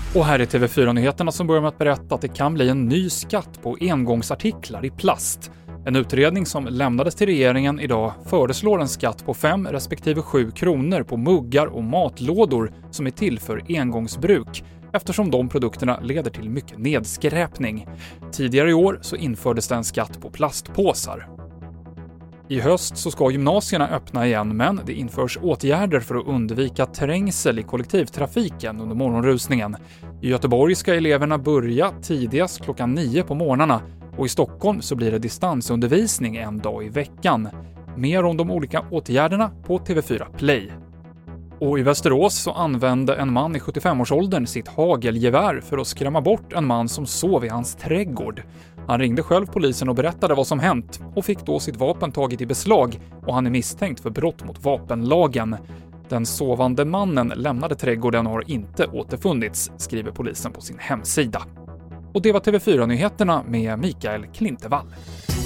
Och här är TV4-nyheterna som börjar med att berätta att det kan bli en ny skatt på engångsartiklar i plast. En utredning som lämnades till regeringen idag föreslår en skatt på 5 respektive 7 kronor på muggar och matlådor som är till för engångsbruk, eftersom de produkterna leder till mycket nedskräpning. Tidigare i år så infördes det en skatt på plastpåsar. I höst så ska gymnasierna öppna igen, men det införs åtgärder för att undvika trängsel i kollektivtrafiken under morgonrusningen. I Göteborg ska eleverna börja tidigast klockan 9 på morgnarna och i Stockholm så blir det distansundervisning en dag i veckan. Mer om de olika åtgärderna på TV4 Play. Och i Västerås så använde en man i 75-årsåldern sitt hagelgevär för att skrämma bort en man som sov i hans trädgård. Han ringde själv polisen och berättade vad som hänt och fick då sitt vapen taget i beslag och han är misstänkt för brott mot vapenlagen. Den sovande mannen lämnade trädgården och har inte återfunnits, skriver polisen på sin hemsida. Och det var TV4-nyheterna med Mikael Klintevall.